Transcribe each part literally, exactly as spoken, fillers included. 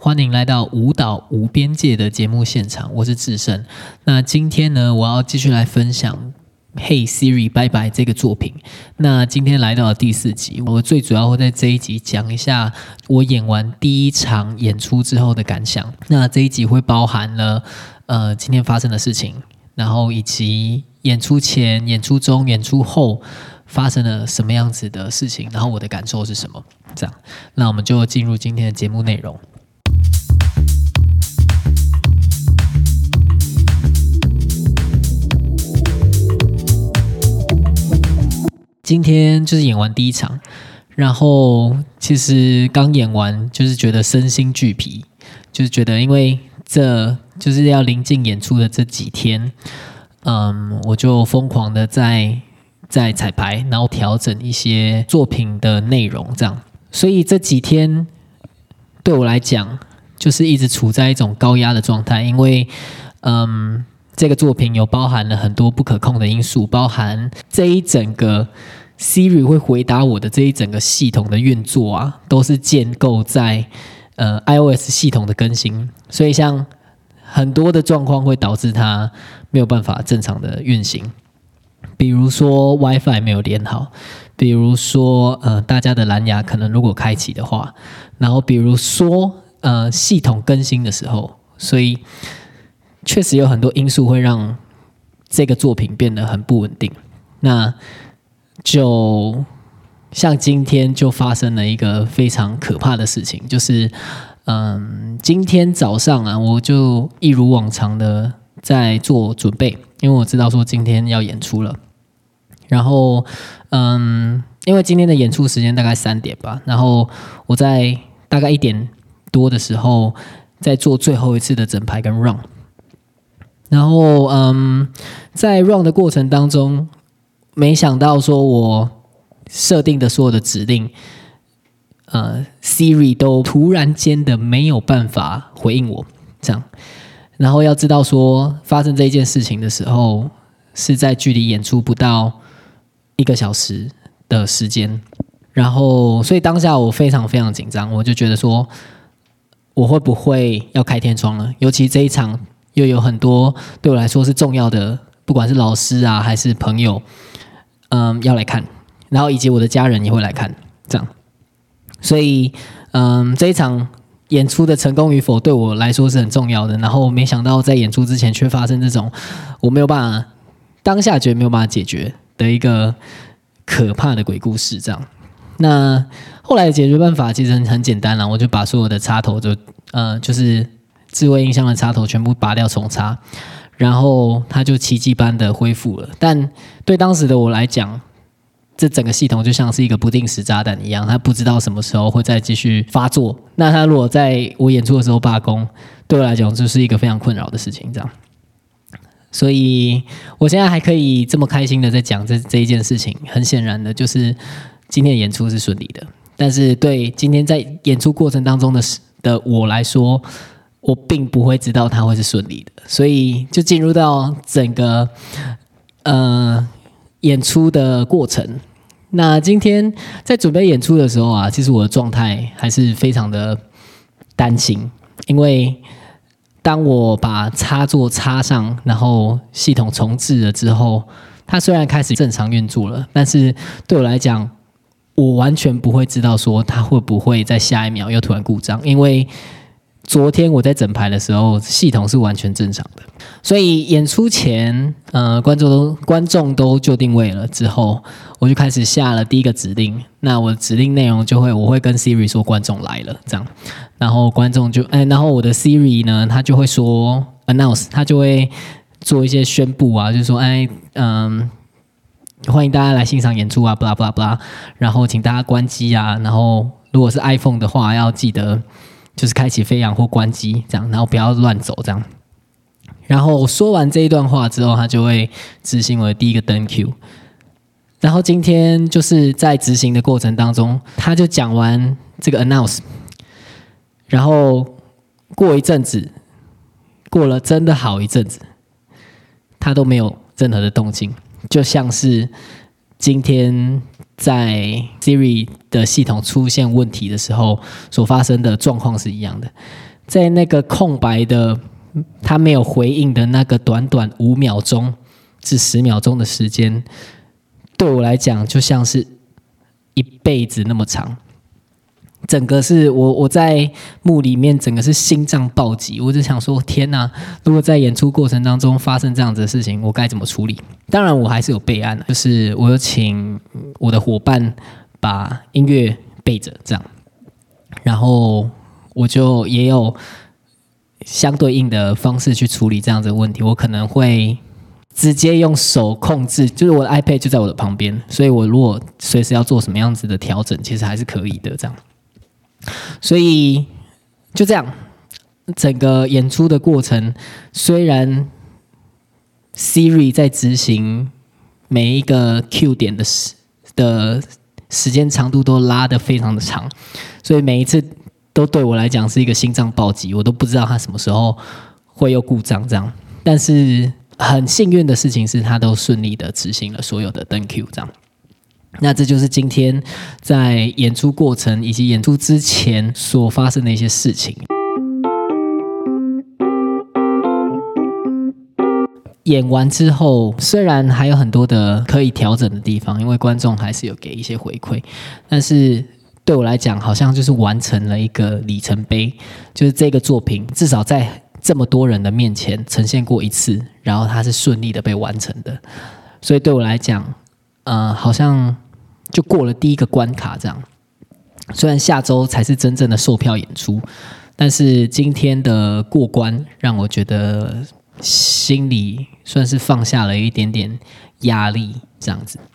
欢迎来到舞蹈无边界的节目现场，我是智胜。那今天呢，我要继续来分享Hey Siri 拜拜这个作品。那今天来到了第四集，我最主要会在这一集讲一下我演完第一场演出之后的感想。那这一集会包含了呃今天发生的事情，然后以及演出前、演出中、演出后发生了什么样子的事情，然后我的感受是什么。这样，那我们就进入今天的节目内容。今天就是演完第一场，然后其实刚演完就是觉得身心俱疲，就是觉得因为这就是要临近演出的这几天，嗯，我就疯狂的在在彩排，然后调整一些作品的内容，这样，所以这几天对我来讲就是一直处在一种高压的状态，因为嗯。这个作品有包含了很多不可控的因素，包含这一整个 Siri 会回答我的这一整个系统的运作啊，都是建构在呃 iOS 系统的更新，所以像很多的状况会导致它没有办法正常的运行，比如说 WiFi 没有连好，比如说呃大家的蓝牙可能如果开启的话，然后比如说呃系统更新的时候，所以确实有很多因素会让这个作品变得很不稳定。那就像今天就发生了一个非常可怕的事情，就是嗯，今天早上啊，我就一如往常的在做准备，因为我知道说今天要演出了。然后嗯，因为今天的演出时间大概三点吧，然后我在大概一点多的时候在做最后一次的整排跟 run。然后，嗯，在 run 的过程当中，没想到说我设定的所有的指令，呃 ，Siri 都突然间的没有办法回应我，这样。然后要知道说，发生这一件事情的时候，是在距离演出不到一个小时的时间。然后，所以当下我非常非常紧张，我就觉得说，我会不会要开天窗了？尤其这一场。又有很多对我来说是重要的，不管是老师啊还是朋友，嗯，要来看，然后以及我的家人也会来看，这样。所以，嗯，这一场演出的成功与否对我来说是很重要的。然后没想到在演出之前却发生这种我没有办法当下觉得没有办法解决的一个可怕的鬼故事，这样。那后来的解决办法其实很简单啦，我就把所有的插头就呃就是。智慧音箱的插头全部拔掉重插，然后它就奇迹般的恢复了。但对当时的我来讲，这整个系统就像是一个不定时炸弹一样，它不知道什么时候会再继续发作。那它如果在我演出的时候罢工，对我来讲就是一个非常困扰的事情。这样，所以我现在还可以这么开心的在讲这这一件事情，很显然的就是今天的演出是顺利的。但是对今天在演出过程当中的的我来说，我并不会知道它会是顺利的，所以就进入到整个呃演出的过程。那今天在准备演出的时候啊，其实我的状态还是非常的担心，因为当我把插座插上，然后系统重置了之后，它虽然开始正常运作了，但是对我来讲，我完全不会知道说它会不会在下一秒又突然故障，因为昨天我在整排的时候，系统是完全正常的，所以演出前，呃，观众都观众都就定位了之后，我就开始下了第一个指令。那我的指令内容就会，我会跟 Siri 说观众来了，这样，然后观众就，哎，然后我的 Siri 呢，他就会说 announce， 他就会做一些宣布啊，就是说，哎，嗯，欢迎大家来欣赏演出啊 ，blah blah blah， 然后请大家关机啊，然后如果是 iPhone 的话，要记得。就是开启飞扬或关机这样，然后不要乱走这样。然后说完这一段话之后，他就会执行我的第一个灯 Q。然后今天就是在执行的过程当中，他就讲完这个 announce， 然后过一阵子，过了真的好一阵子，他都没有任何的动静，就像是今天在 Siri 的系统出现问题的时候所发生的状况是一样的。 在那个空白的他没有回应的那个短短五秒钟至十秒钟的时间，对我来讲就像是一辈子那么长。整个是我我在幕里面，整个是心脏暴击。我就想说，天哪！如果在演出过程当中发生这样子的事情，我该怎么处理？当然，我还是有备案，就是我有请我的伙伴把音乐备着，这样，然后我就也有相对应的方式去处理这样子的问题。我可能会直接用手控制，就是我的 iPad 就在我的旁边，所以我如果随时要做什么样子的调整，其实还是可以的，这样。所以就这样，整个演出的过程，虽然 Siri 在执行每一个 Q 点的时的时间长度都拉得非常的长，所以每一次都对我来讲是一个心脏暴击，我都不知道它什么时候会有故障这样。但是很幸运的事情是，它都顺利的执行了所有的灯 Q 这样。那这就是今天在演出过程以及演出之前所发生的一些事情。演完之后，虽然还有很多的可以调整的地方，因为观众还是有给一些回馈，但是对我来讲，好像就是完成了一个里程碑，就是这个作品至少在这么多人的面前呈现过一次，然后它是顺利的被完成的，所以对我来讲，呃，好像就过了第一个关卡这样。虽然下周才是真正的售票演出，但是今天的过关让我觉得心里算是放下了一点点压力这样子。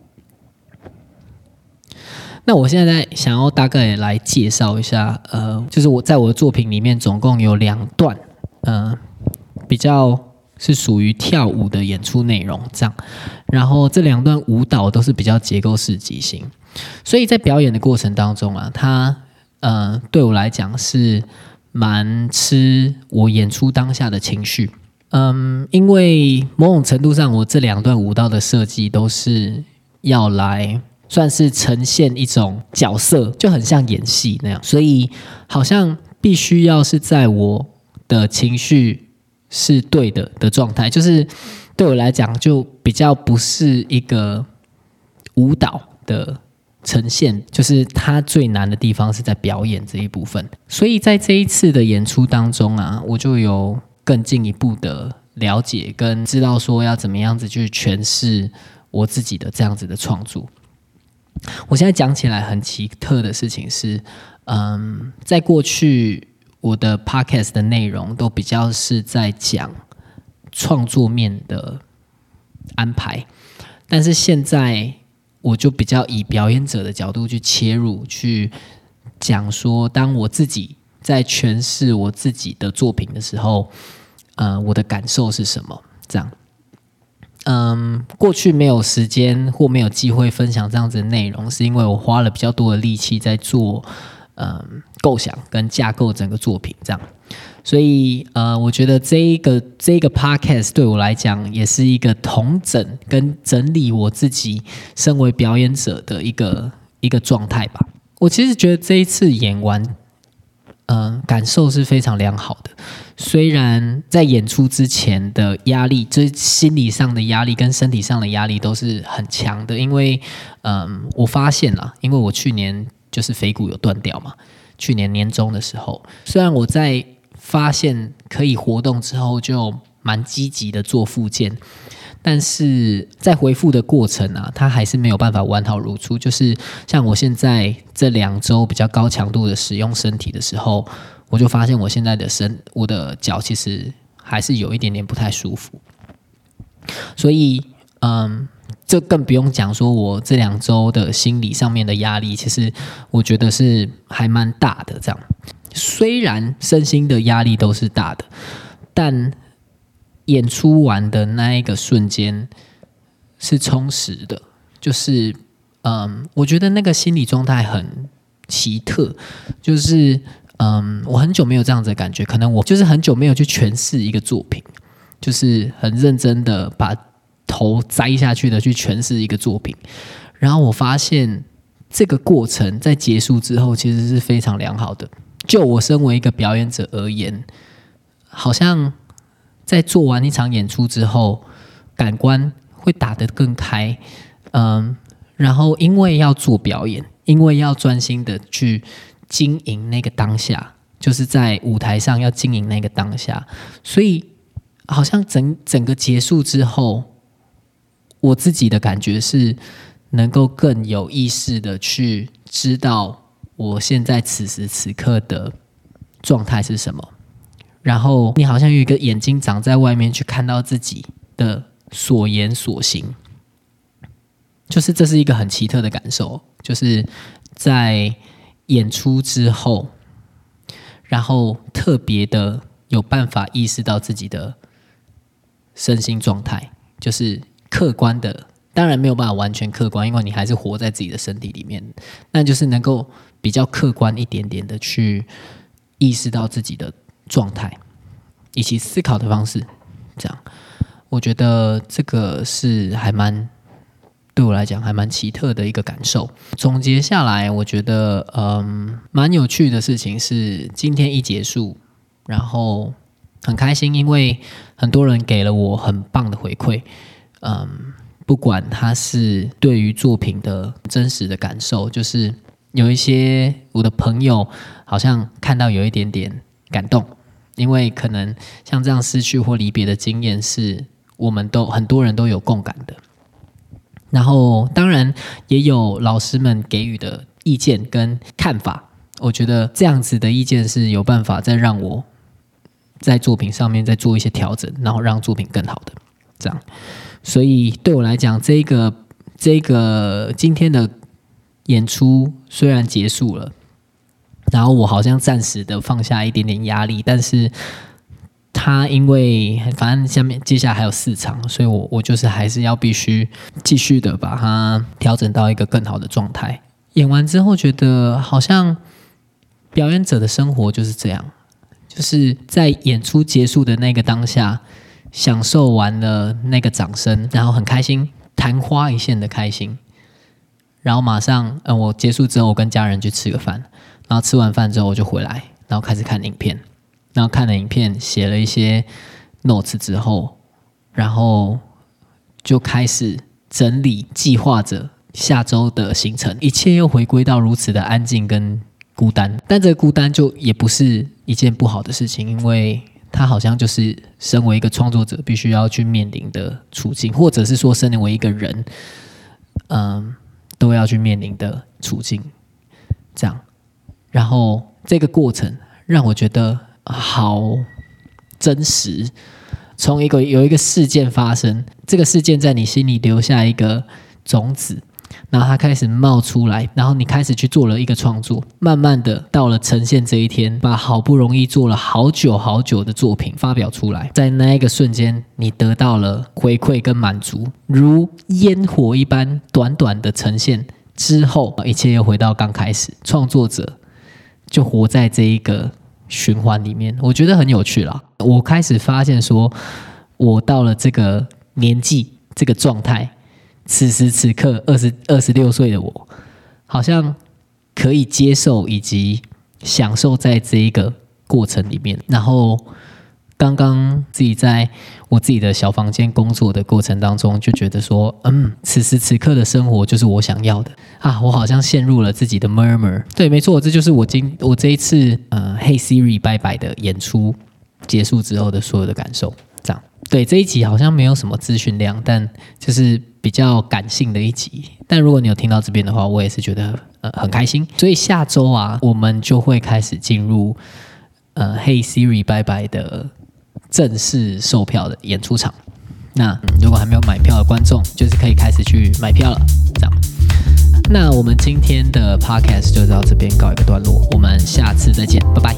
那我现在想要大概来介绍一下，呃，就是我在我的作品里面总共有两段，呃，比较是属于跳舞的演出内容，这样。然后这两段舞蹈都是比较结构式即兴，所以在表演的过程当中啊，它呃对我来讲是蛮吃我演出当下的情绪。嗯，因为某种程度上，我这两段舞蹈的设计都是要来算是呈现一种角色，就很像演戏那样，所以好像必须要是在我的情绪是对的的状态，就是对我来讲就比较不是一个舞蹈的呈现，就是它最难的地方是在表演这一部分。所以在这一次的演出当中啊，我就有更进一步的了解跟知道说要怎么样子去诠释我自己的这样子的创作。我现在讲起来很奇特的事情是，嗯，在过去我的 podcast 的内容都比较是在讲创作面的安排，但是现在我就比较以表演者的角度去切入，去讲说，当我自己在诠释我自己的作品的时候，呃，我的感受是什么？这样。嗯，过去没有时间或没有机会分享这样子的内容，是因为我花了比较多的力气在做嗯构想跟架构整个作品这样，所以呃，我觉得这一个这一个 podcast 对我来讲也是一个统整跟整理我自己身为表演者的一个一个状态吧。我其实觉得这一次演完，嗯、呃，感受是非常良好的。虽然在演出之前的压力，就是心理上的压力跟身体上的压力都是很强的，因为嗯，我发现了，因为我去年就是腓骨有断掉嘛，去年年中的时候，虽然我在发现可以活动之后就蛮积极的做复健，但是在恢复的过程啊，它还是没有办法完好如初。就是像我现在这两周比较高强度的使用身体的时候，我就发现我现在的身，我的脚其实还是有一点点不太舒服。所以，嗯，这更不用讲说我这两周的心理上面的压力，其实我觉得是还蛮大的。这样，虽然身心的压力都是大的，但演出完的那一个瞬间是充实的，就是嗯，我觉得那个心理状态很奇特，就是嗯，我很久没有这样子的感觉，可能我就是很久没有去诠释一个作品，就是很认真的把头栽下去的去诠释一个作品，然后我发现这个过程在结束之后其实是非常良好的， 就我身为一个表演者而言，好像在做完一场演出之后，感官会打得更开，嗯，然后因为要做表演，因为要专心的去经营那个当下，就是在舞台上要经营那个当下，所以好像整整个结束之后，我自己的感觉是能够更有意识的去知道我现在此时此刻的状态是什么，然后你好像有一个眼睛长在外面去看到自己的所言所行，就是这是一个很奇特的感受，就是在演出之后，然后特别的有办法意识到自己的身心状态，就是客观的，当然没有办法完全客观，因为你还是活在自己的身体里面，那就是能够比较客观一点点的去意识到自己的状态以及思考的方式，这样我觉得这个是还蛮对我来讲还蛮奇特的一个感受。总结下来，我觉得嗯蛮有趣的事情是今天一结束，然后很开心，因为很多人给了我很棒的回馈，嗯，不管他是对于作品的真实的感受，就是有一些我的朋友好像看到有一点点感动，因为可能像这样失去或离别的经验是我们都很多人都有共感的。然后当然也有老师们给予的意见跟看法，我觉得这样子的意见是有办法再让我在作品上面再做一些调整，然后让作品更好的这样。所以对我来讲，这个这个今天的演出虽然结束了，然后我好像暂时的放下一点点压力，但是他因为反正下面接下来还有四场，所以我我就是还是要必须继续的把它调整到一个更好的状态。演完之后觉得好像表演者的生活就是这样，就是在演出结束的那个当下，享受完了那个掌声，然后很开心，昙花一现的开心，然后马上嗯，我结束之后我跟家人去吃个饭，然后吃完饭之后我就回来，然后开始看影片，然后看了影片写了一些 notes 之后，然后就开始整理计划着下周的行程，一切又回归到如此的安静跟孤单，但这个孤单就也不是一件不好的事情，因为它好像就是身为一个创作者必须要去面临的处境，或者是说身为一个人嗯，都要去面临的处境这样。然后这个过程让我觉得好真实，从一个有一个事件发生，这个事件在你心里留下一个种子，然后它开始冒出来，然后你开始去做了一个创作，慢慢的到了呈现这一天，把好不容易做了好久好久的作品发表出来，在那一个瞬间你得到了回馈跟满足，如烟火一般短短的呈现之后，一切又回到刚开始，创作者就活在这一个循环里面，我觉得很有趣啦。我开始发现说我到了这个年纪这个状态，此时此刻二十二十六岁的我，好像可以接受以及享受在这一个过程里面。然后刚刚自己在我自己的小房间工作的过程当中，就觉得说，嗯，此时此刻的生活就是我想要的啊！我好像陷入了自己的 murmur。对，没错，这就是我今我这一次呃 Hey Siri 拜拜的演出结束之后的所有的感受。这样，对，这一集好像没有什么资讯量，但就是比较感性的一集。但如果你有听到这边的话，我也是觉得呃很开心。所以下周啊，我们就会开始进入呃 Hey Siri 拜拜的正式售票的演出场。那、嗯、如果还没有买票的观众，就是可以开始去买票了。这样，那我们今天的 podcast 就到这边告一个段落，我们下次再见，拜拜。